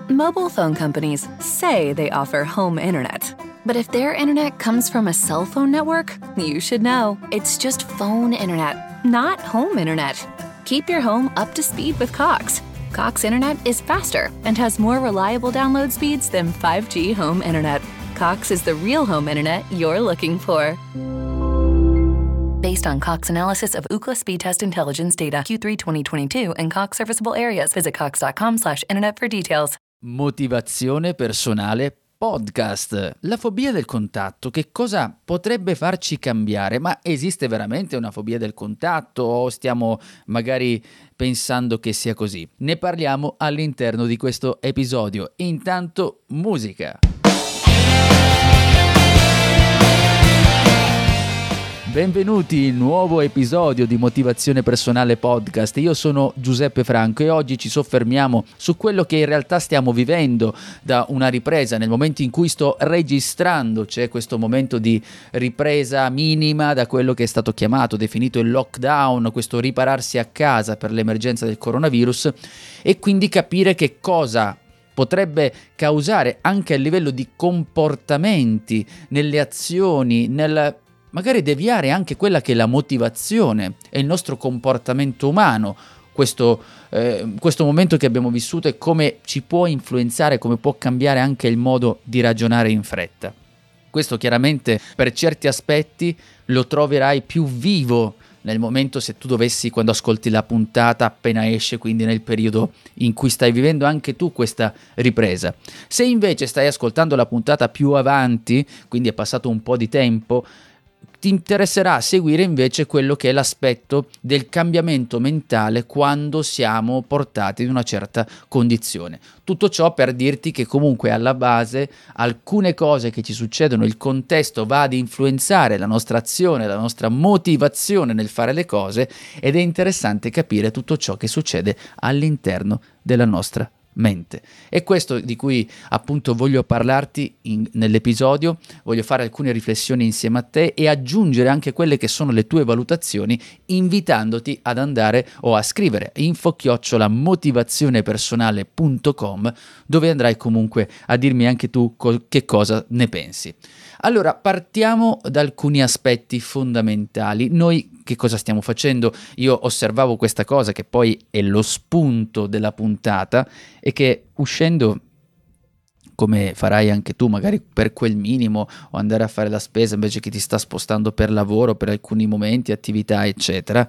Mobile phone companies say they offer home internet. But if their internet comes from a cell phone network, you should know. It's just phone internet, not home internet. Keep your home up to speed with Cox. Cox Internet is faster and has more reliable download speeds than 5G home internet. Cox is the real home internet you're looking for. Based on Cox analysis of Ookla speed test intelligence data Q3 2022 and Cox serviceable areas, visit cox.com/internet for details. Motivazione personale podcast. La fobia del contatto, che cosa potrebbe farci cambiare? Ma esiste veramente una fobia del contatto o stiamo magari pensando che sia così? Ne parliamo all'interno di questo episodio. Intanto, musica. Benvenuti in un nuovo episodio di Motivazione Personale Podcast. Io sono Giuseppe Franco e oggi ci soffermiamo su quello che in realtà stiamo vivendo da una ripresa. Nel momento in cui sto registrando c'è questo momento di ripresa minima da quello che è stato chiamato, definito il lockdown, questo ripararsi a casa per l'emergenza del coronavirus, e quindi capire che cosa potrebbe causare anche a livello di comportamenti, nelle azioni, nel magari deviare anche quella che è la motivazione e il nostro comportamento umano, questo momento che abbiamo vissuto, e come ci può influenzare, come può cambiare anche il modo di ragionare in fretta. Questo chiaramente per certi aspetti lo troverai più vivo nel momento, se tu dovessi, quando ascolti la puntata appena esce, quindi nel periodo in cui stai vivendo anche tu questa ripresa. Se invece stai ascoltando la puntata più avanti, quindi è passato un po' di tempo, ti interesserà seguire invece quello che è l'aspetto del cambiamento mentale quando siamo portati in una certa condizione. Tutto ciò per dirti che comunque alla base alcune cose che ci succedono, il contesto va ad influenzare la nostra azione, la nostra motivazione nel fare le cose, ed è interessante capire tutto ciò che succede all'interno della nostra mente. È questo di cui appunto voglio parlarti nell'episodio. Voglio fare alcune riflessioni insieme a te e aggiungere anche quelle che sono le tue valutazioni, invitandoti ad andare o a scrivere info@motivazionepersonale.com, dove andrai comunque a dirmi anche tu che cosa ne pensi. Allora, partiamo da alcuni aspetti fondamentali. Noi che cosa stiamo facendo? Io osservavo questa cosa che poi è lo spunto della puntata, e che uscendo, come farai anche tu, magari per quel minimo, o andare a fare la spesa invece che ti sta spostando per lavoro, per alcuni momenti, attività, eccetera,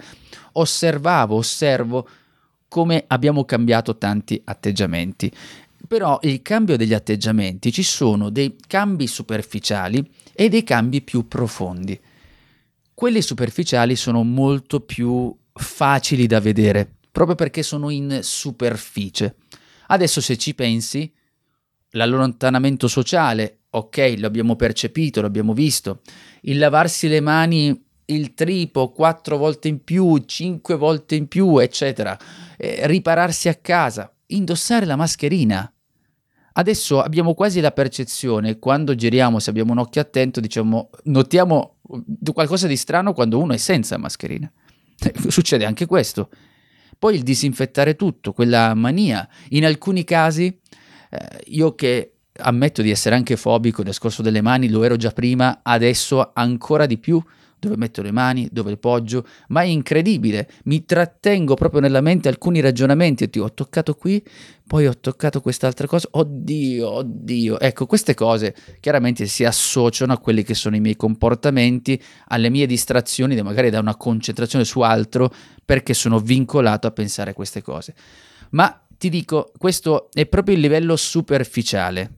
osservo come abbiamo cambiato tanti atteggiamenti. Però il cambio degli atteggiamenti, ci sono dei cambi superficiali e dei cambi più profondi. Quelli superficiali sono molto più facili da vedere, proprio perché sono in superficie. Adesso, se ci pensi, l'allontanamento sociale, ok, lo abbiamo percepito, l'abbiamo visto. Il lavarsi le mani il triplo, 4 volte in più, 5 volte in più, eccetera. Ripararsi a casa, indossare la mascherina. Adesso abbiamo quasi la percezione, quando giriamo, se abbiamo un occhio attento, diciamo, notiamo qualcosa di strano quando uno è senza mascherina. Succede anche questo. Poi il disinfettare tutto, quella mania. In alcuni casi, io che ammetto di essere anche fobico del discorso delle mani, lo ero già prima, adesso ancora di più. Dove metto le mani, dove le poggio, ma è incredibile, mi trattengo proprio nella mente alcuni ragionamenti. Ho toccato qui, poi ho toccato quest'altra cosa, oddio, ecco, queste cose chiaramente si associano a quelli che sono i miei comportamenti, alle mie distrazioni, magari da una concentrazione su altro, perché sono vincolato a pensare a queste cose. Ma ti dico, questo è proprio il livello superficiale.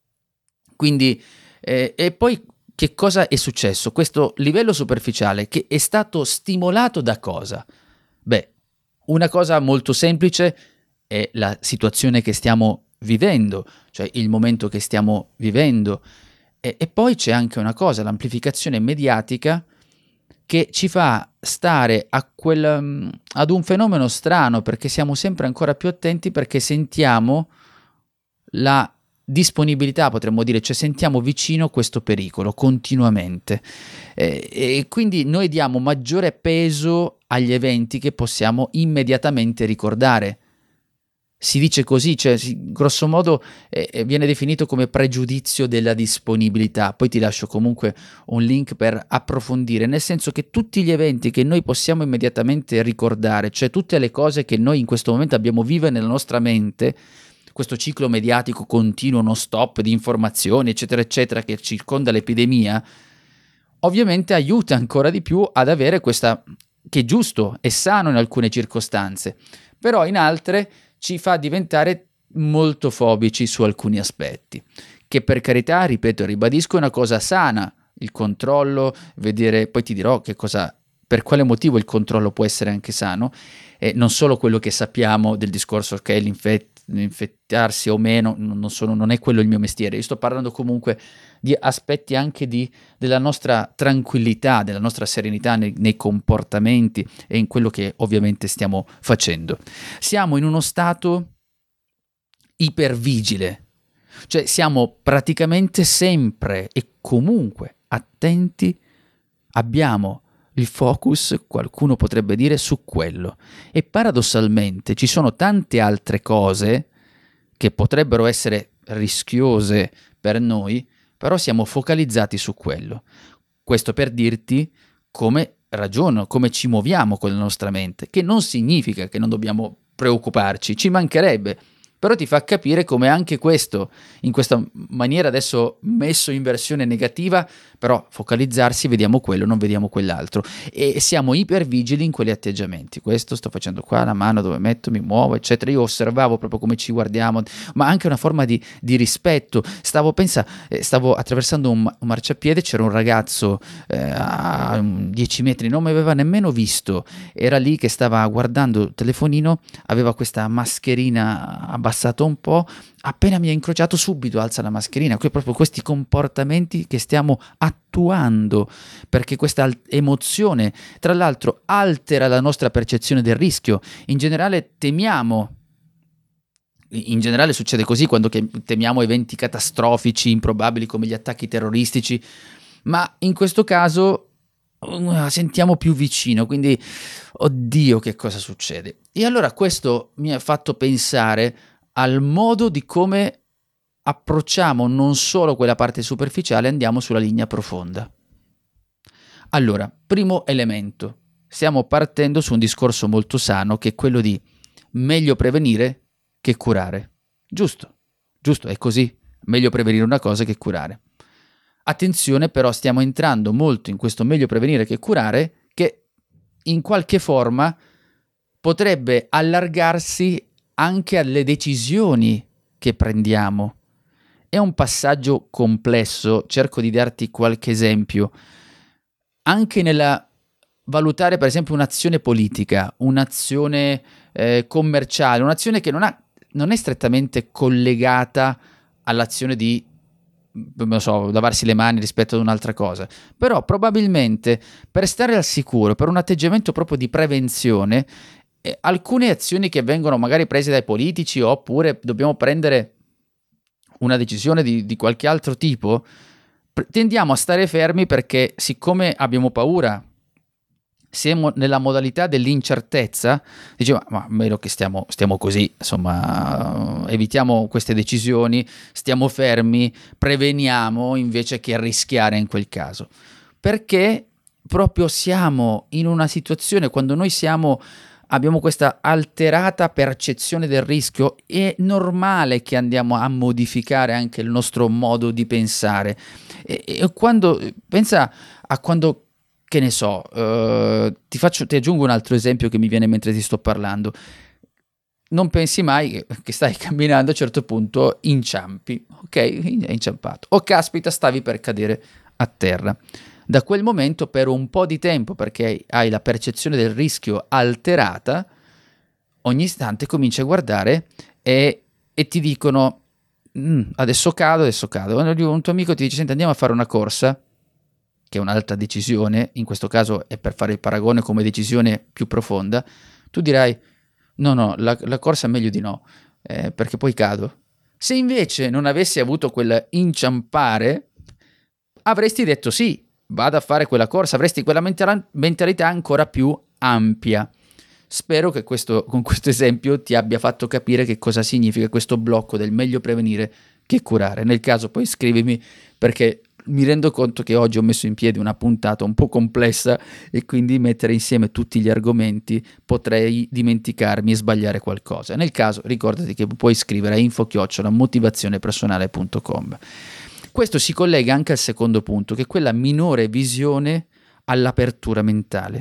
Quindi, e poi che cosa è successo? Questo livello superficiale che è stato stimolato da cosa? Beh, una cosa molto semplice è la situazione che stiamo vivendo, cioè il momento che stiamo vivendo. E poi c'è anche una cosa, l'amplificazione mediatica, che ci fa stare ad un fenomeno strano, perché siamo sempre ancora più attenti, perché sentiamo la disponibilità, potremmo dire, cioè sentiamo vicino questo pericolo continuamente, e quindi noi diamo maggiore peso agli eventi che possiamo immediatamente ricordare. Si dice così, cioè grosso modo viene definito come pregiudizio della disponibilità. Poi ti lascio comunque un link per approfondire, nel senso che tutti gli eventi che noi possiamo immediatamente ricordare, cioè tutte le cose che noi in questo momento abbiamo vive nella nostra mente, questo ciclo mediatico continuo, non stop di informazioni, eccetera, eccetera, che circonda l'epidemia, ovviamente aiuta ancora di più ad avere questa, che è giusto, è sano in alcune circostanze, però in altre ci fa diventare molto fobici su alcuni aspetti, che per carità, ripeto e ribadisco, è una cosa sana, il controllo, vedere, poi ti dirò che cosa, per quale motivo il controllo può essere anche sano, e non solo quello che sappiamo del discorso che è l'infettarsi o meno, non è quello il mio mestiere, io sto parlando comunque di aspetti anche della nostra tranquillità, della nostra serenità nei comportamenti e in quello che ovviamente stiamo facendo. Siamo in uno stato ipervigile, cioè siamo praticamente sempre e comunque attenti, abbiamo il focus, qualcuno potrebbe dire, su quello, e paradossalmente ci sono tante altre cose che potrebbero essere rischiose per noi, però siamo focalizzati su quello. Questo per dirti come ragiono, come ci muoviamo con la nostra mente, che non significa che non dobbiamo preoccuparci, ci mancherebbe, però ti fa capire come anche questo, in questa maniera adesso messo in versione negativa, però focalizzarsi, vediamo quello, non vediamo quell'altro, e siamo ipervigili in quegli atteggiamenti. Questo sto facendo qua, la mano dove metto, mi muovo, eccetera. Io osservavo proprio come ci guardiamo, ma anche una forma di rispetto. Stavo attraversando un marciapiede, c'era un ragazzo a 10 metri, non mi aveva nemmeno visto, era lì che stava guardando il telefonino, aveva questa mascherina abbassato un po', appena mi ha incrociato subito alza la mascherina, proprio questi comportamenti che stiamo attuando, perché questa emozione tra l'altro altera la nostra percezione del rischio. In generale succede così quando temiamo eventi catastrofici, improbabili come gli attacchi terroristici, ma in questo caso sentiamo più vicino, quindi oddio che cosa succede. E allora questo mi ha fatto pensare al modo di come approcciamo non solo quella parte superficiale, andiamo sulla linea profonda. Allora, primo elemento, stiamo partendo su un discorso molto sano che è quello di meglio prevenire che curare. Giusto, è così, meglio prevenire una cosa che curare. Attenzione però, stiamo entrando molto in questo meglio prevenire che curare, che in qualche forma potrebbe allargarsi anche alle decisioni che prendiamo. È un passaggio complesso, cerco di darti qualche esempio. Anche nella valutare per esempio un'azione politica, un'azione commerciale, un'azione che non è strettamente collegata all'azione di, non so, lavarsi le mani rispetto ad un'altra cosa, però probabilmente per stare al sicuro, per un atteggiamento proprio di prevenzione, alcune azioni che vengono magari prese dai politici, oppure dobbiamo prendere una decisione di qualche altro tipo, tendiamo a stare fermi perché siccome abbiamo paura, siamo nella modalità dell'incertezza, diciamo ma meno che stiamo così, insomma, evitiamo queste decisioni, stiamo fermi, preveniamo invece che rischiare in quel caso, perché proprio siamo in una situazione, quando noi abbiamo questa alterata percezione del rischio, è normale che andiamo a modificare anche il nostro modo di pensare. E quando pensa a quando, che ne so, ti aggiungo un altro esempio che mi viene mentre ti sto parlando. Non pensi mai che stai camminando, a un certo punto inciampi, ok? È inciampato. Oh caspita, stavi per cadere a terra. Da quel momento, per un po' di tempo, perché hai la percezione del rischio alterata, ogni istante cominci a guardare e ti dicono adesso cado. Quando un tuo amico ti dice senti andiamo a fare una corsa, che è un'altra decisione, in questo caso è per fare il paragone come decisione più profonda, tu dirai no, la corsa è meglio di no, perché poi cado. Se invece non avessi avuto quel inciampare, avresti detto sì, vado a fare quella corsa, avresti quella mentalità ancora più ampia. Spero che con questo esempio ti abbia fatto capire che cosa significa questo blocco del meglio prevenire che curare. Nel caso poi scrivimi, perché mi rendo conto che oggi ho messo in piedi una puntata un po' complessa e quindi mettere insieme tutti gli argomenti potrei dimenticarmi e sbagliare qualcosa. Nel caso ricordati che puoi scrivere a info@motivazionepersonale.com. Questo si collega anche al secondo punto, che è quella minore visione all'apertura mentale.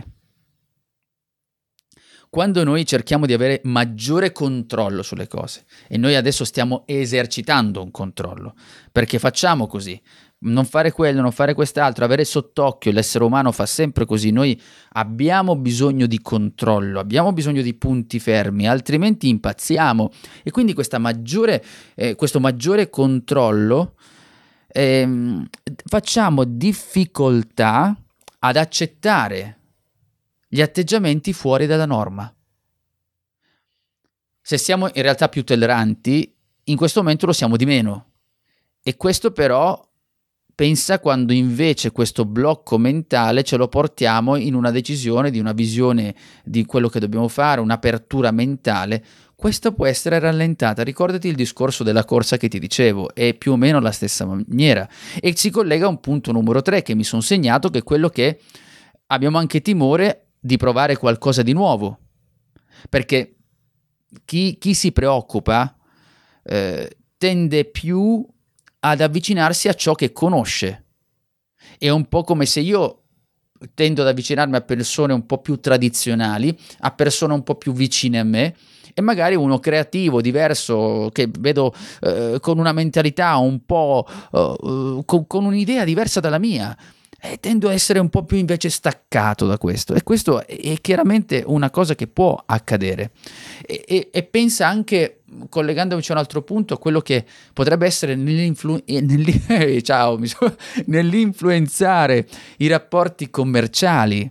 Quando noi cerchiamo di avere maggiore controllo sulle cose, e noi adesso stiamo esercitando un controllo, perché facciamo così, non fare quello, non fare quest'altro, avere sott'occhio, l'essere umano fa sempre così, noi abbiamo bisogno di controllo, abbiamo bisogno di punti fermi, altrimenti impazziamo, e quindi questo maggiore controllo facciamo difficoltà ad accettare gli atteggiamenti fuori dalla norma. Se siamo in realtà più tolleranti, in questo momento lo siamo di meno. E questo però pensa quando invece questo blocco mentale ce lo portiamo in una decisione, di una visione di quello che dobbiamo fare, un'apertura mentale. Questa può essere rallentata. Ricordati il discorso della corsa che ti dicevo, è più o meno la stessa maniera. E si collega a un punto numero 3 che mi sono segnato, che è quello che abbiamo anche timore di provare qualcosa di nuovo, perché chi si preoccupa tende più ad avvicinarsi a ciò che conosce. È un po' come se io tendo ad avvicinarmi a persone un po' più tradizionali, a persone un po' più vicine a me, e magari uno creativo, diverso, che vedo con una mentalità un po' con un'idea diversa dalla mia, e tendo a essere un po' più invece staccato da questo, e questo è chiaramente una cosa che può accadere. E pensa anche, collegandoci a un altro punto, a quello che potrebbe essere nell'influenzare i rapporti commerciali.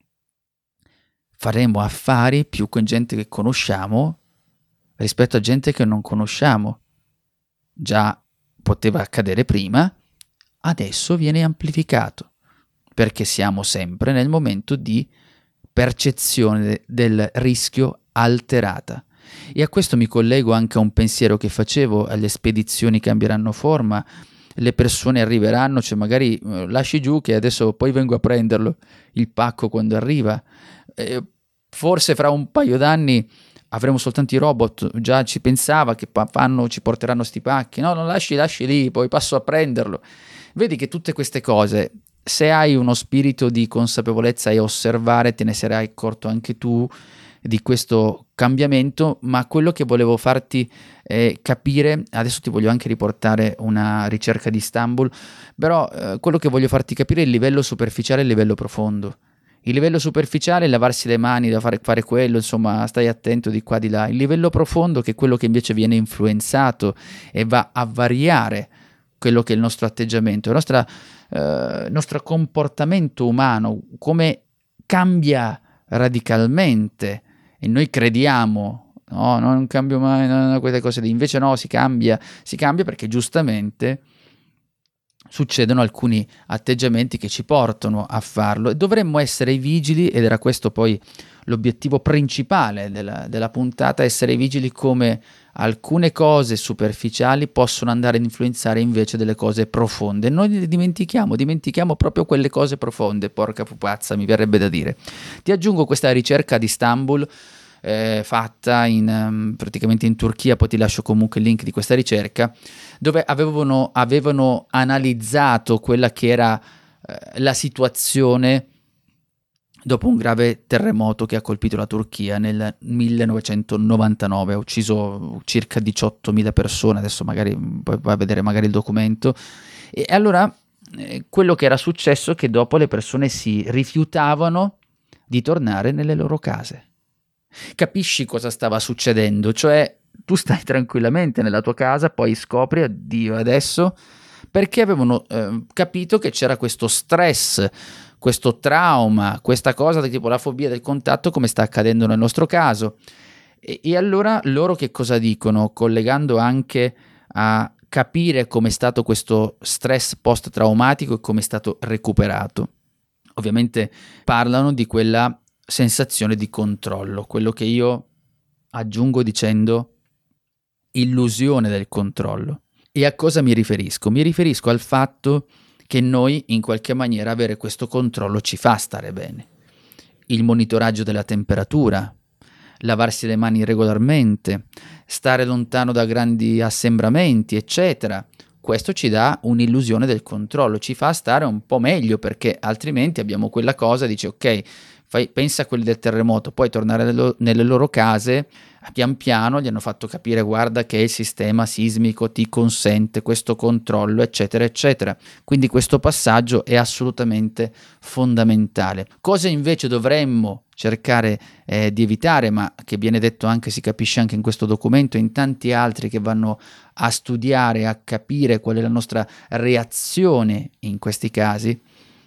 Faremo affari più con gente che conosciamo rispetto a gente che non conosciamo. Già poteva accadere prima, adesso viene amplificato, perché siamo sempre nel momento di percezione del rischio alterata. E a questo mi collego anche a un pensiero che facevo: alle spedizioni cambieranno forma, le persone arriveranno, cioè magari lasci giù che adesso poi vengo a prenderlo, il pacco quando arriva. Forse fra un paio d'anni avremo soltanto i robot, già ci pensava che ci porteranno sti pacchi, no, non lasci lì, poi passo a prenderlo. Vedi che tutte queste cose, se hai uno spirito di consapevolezza e osservare, te ne sarai accorto anche tu di questo cambiamento. Ma quello che volevo farti capire, adesso ti voglio anche riportare una ricerca di Istanbul, però quello che voglio farti capire è il livello superficiale e il livello profondo. Il livello superficiale è lavarsi le mani, da fare quello, insomma, stai attento di qua di là. Il livello profondo, che è quello che invece viene influenzato e va a variare quello che è il nostro atteggiamento, il nostro comportamento umano, come cambia radicalmente. E noi crediamo, no, non cambio mai, no, queste cose lì. Invece no, si cambia perché giustamente succedono alcuni atteggiamenti che ci portano a farlo, e dovremmo essere vigili, ed era questo poi l'obiettivo principale della puntata: essere vigili come alcune cose superficiali possono andare ad influenzare invece delle cose profonde. Noi le dimentichiamo proprio quelle cose profonde, porca pupazza, mi verrebbe da dire. Ti aggiungo questa ricerca di Istanbul, fatta praticamente in Turchia, poi ti lascio comunque il link di questa ricerca, dove avevano analizzato quella che era la situazione dopo un grave terremoto che ha colpito la Turchia nel 1999, ha ucciso circa 18.000 persone, adesso magari poi vai a vedere magari il documento. E allora quello che era successo è che dopo le persone si rifiutavano di tornare nelle loro case. Capisci cosa stava succedendo? Cioè, tu stai tranquillamente nella tua casa, poi scopri, addio, adesso, perché avevano capito che c'era questo stress, questo trauma, questa cosa tipo la fobia del contatto, come sta accadendo nel nostro caso. E allora loro che cosa dicono? Collegando anche a capire come è stato questo stress post-traumatico e come è stato recuperato. Ovviamente parlano di quella sensazione di controllo, quello che io aggiungo dicendo illusione del controllo. E a cosa mi riferisco? Mi riferisco al fatto che noi in qualche maniera avere questo controllo ci fa stare bene. Il monitoraggio della temperatura, lavarsi le mani regolarmente, stare lontano da grandi assembramenti, eccetera. Questo ci dà un'illusione del controllo, ci fa stare un po' meglio, perché altrimenti abbiamo quella cosa, dice ok, pensa a quelli del terremoto, poi tornare nelle loro case, pian piano gli hanno fatto capire guarda che il sistema sismico ti consente questo controllo, eccetera, eccetera. Quindi questo passaggio è assolutamente fondamentale. Cosa invece dovremmo cercare di evitare, ma che viene detto anche, si capisce anche in questo documento e in tanti altri che vanno a studiare, a capire qual è la nostra reazione in questi casi,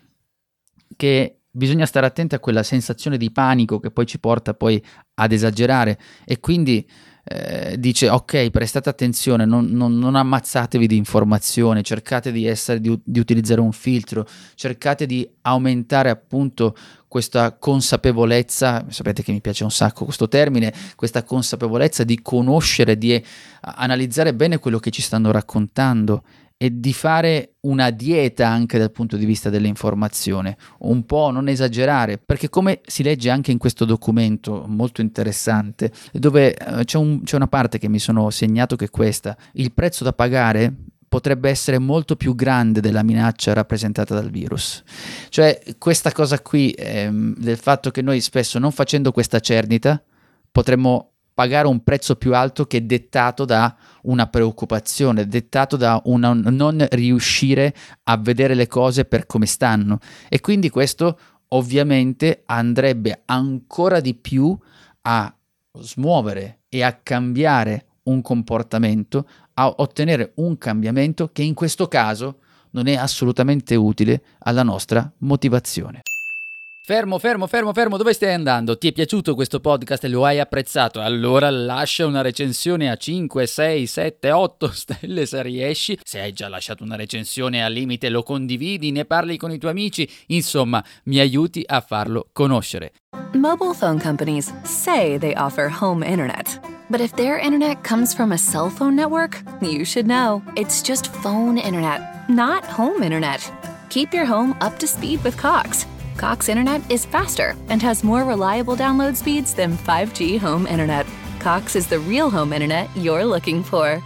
che bisogna stare attenti a quella sensazione di panico che poi ci porta poi ad esagerare, e quindi dice ok, prestate attenzione, non ammazzatevi di informazione, cercate di utilizzare un filtro, cercate di aumentare appunto questa consapevolezza. Sapete che mi piace un sacco questo termine, questa consapevolezza di conoscere, di analizzare bene quello che ci stanno raccontando e di fare una dieta anche dal punto di vista dell'informazione, un po' non esagerare, perché come si legge anche in questo documento molto interessante, dove c'è una parte che mi sono segnato, che è questa: il prezzo da pagare potrebbe essere molto più grande della minaccia rappresentata dal virus. Cioè questa cosa qui del fatto che noi spesso, non facendo questa cernita, potremmo pagare un prezzo più alto, che è dettato da una preoccupazione, dettato da un non riuscire a vedere le cose per come stanno, e quindi questo ovviamente andrebbe ancora di più a smuovere e a cambiare un comportamento, a ottenere un cambiamento che in questo caso non è assolutamente utile alla nostra motivazione. Fermo, dove stai andando? Ti è piaciuto questo podcast e lo hai apprezzato? Allora lascia una recensione a 5, 6, 7, 8 stelle se riesci. Se hai già lasciato una recensione, al limite lo condividi, ne parli con i tuoi amici, insomma mi aiuti a farlo conoscere. Mobile phone companies say they offer home internet. But if their internet comes from a cell phone network, you should know. It's just phone internet, not home internet. Keep your home up to speed with Cox. Cox Internet is faster and has more reliable download speeds than 5G home internet. Cox is the real home internet you're looking for.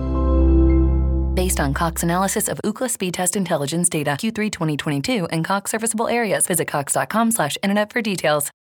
Based on Cox analysis of Ookla speed test intelligence data Q3 2022 and Cox serviceable areas, visit cox.com/internet for details.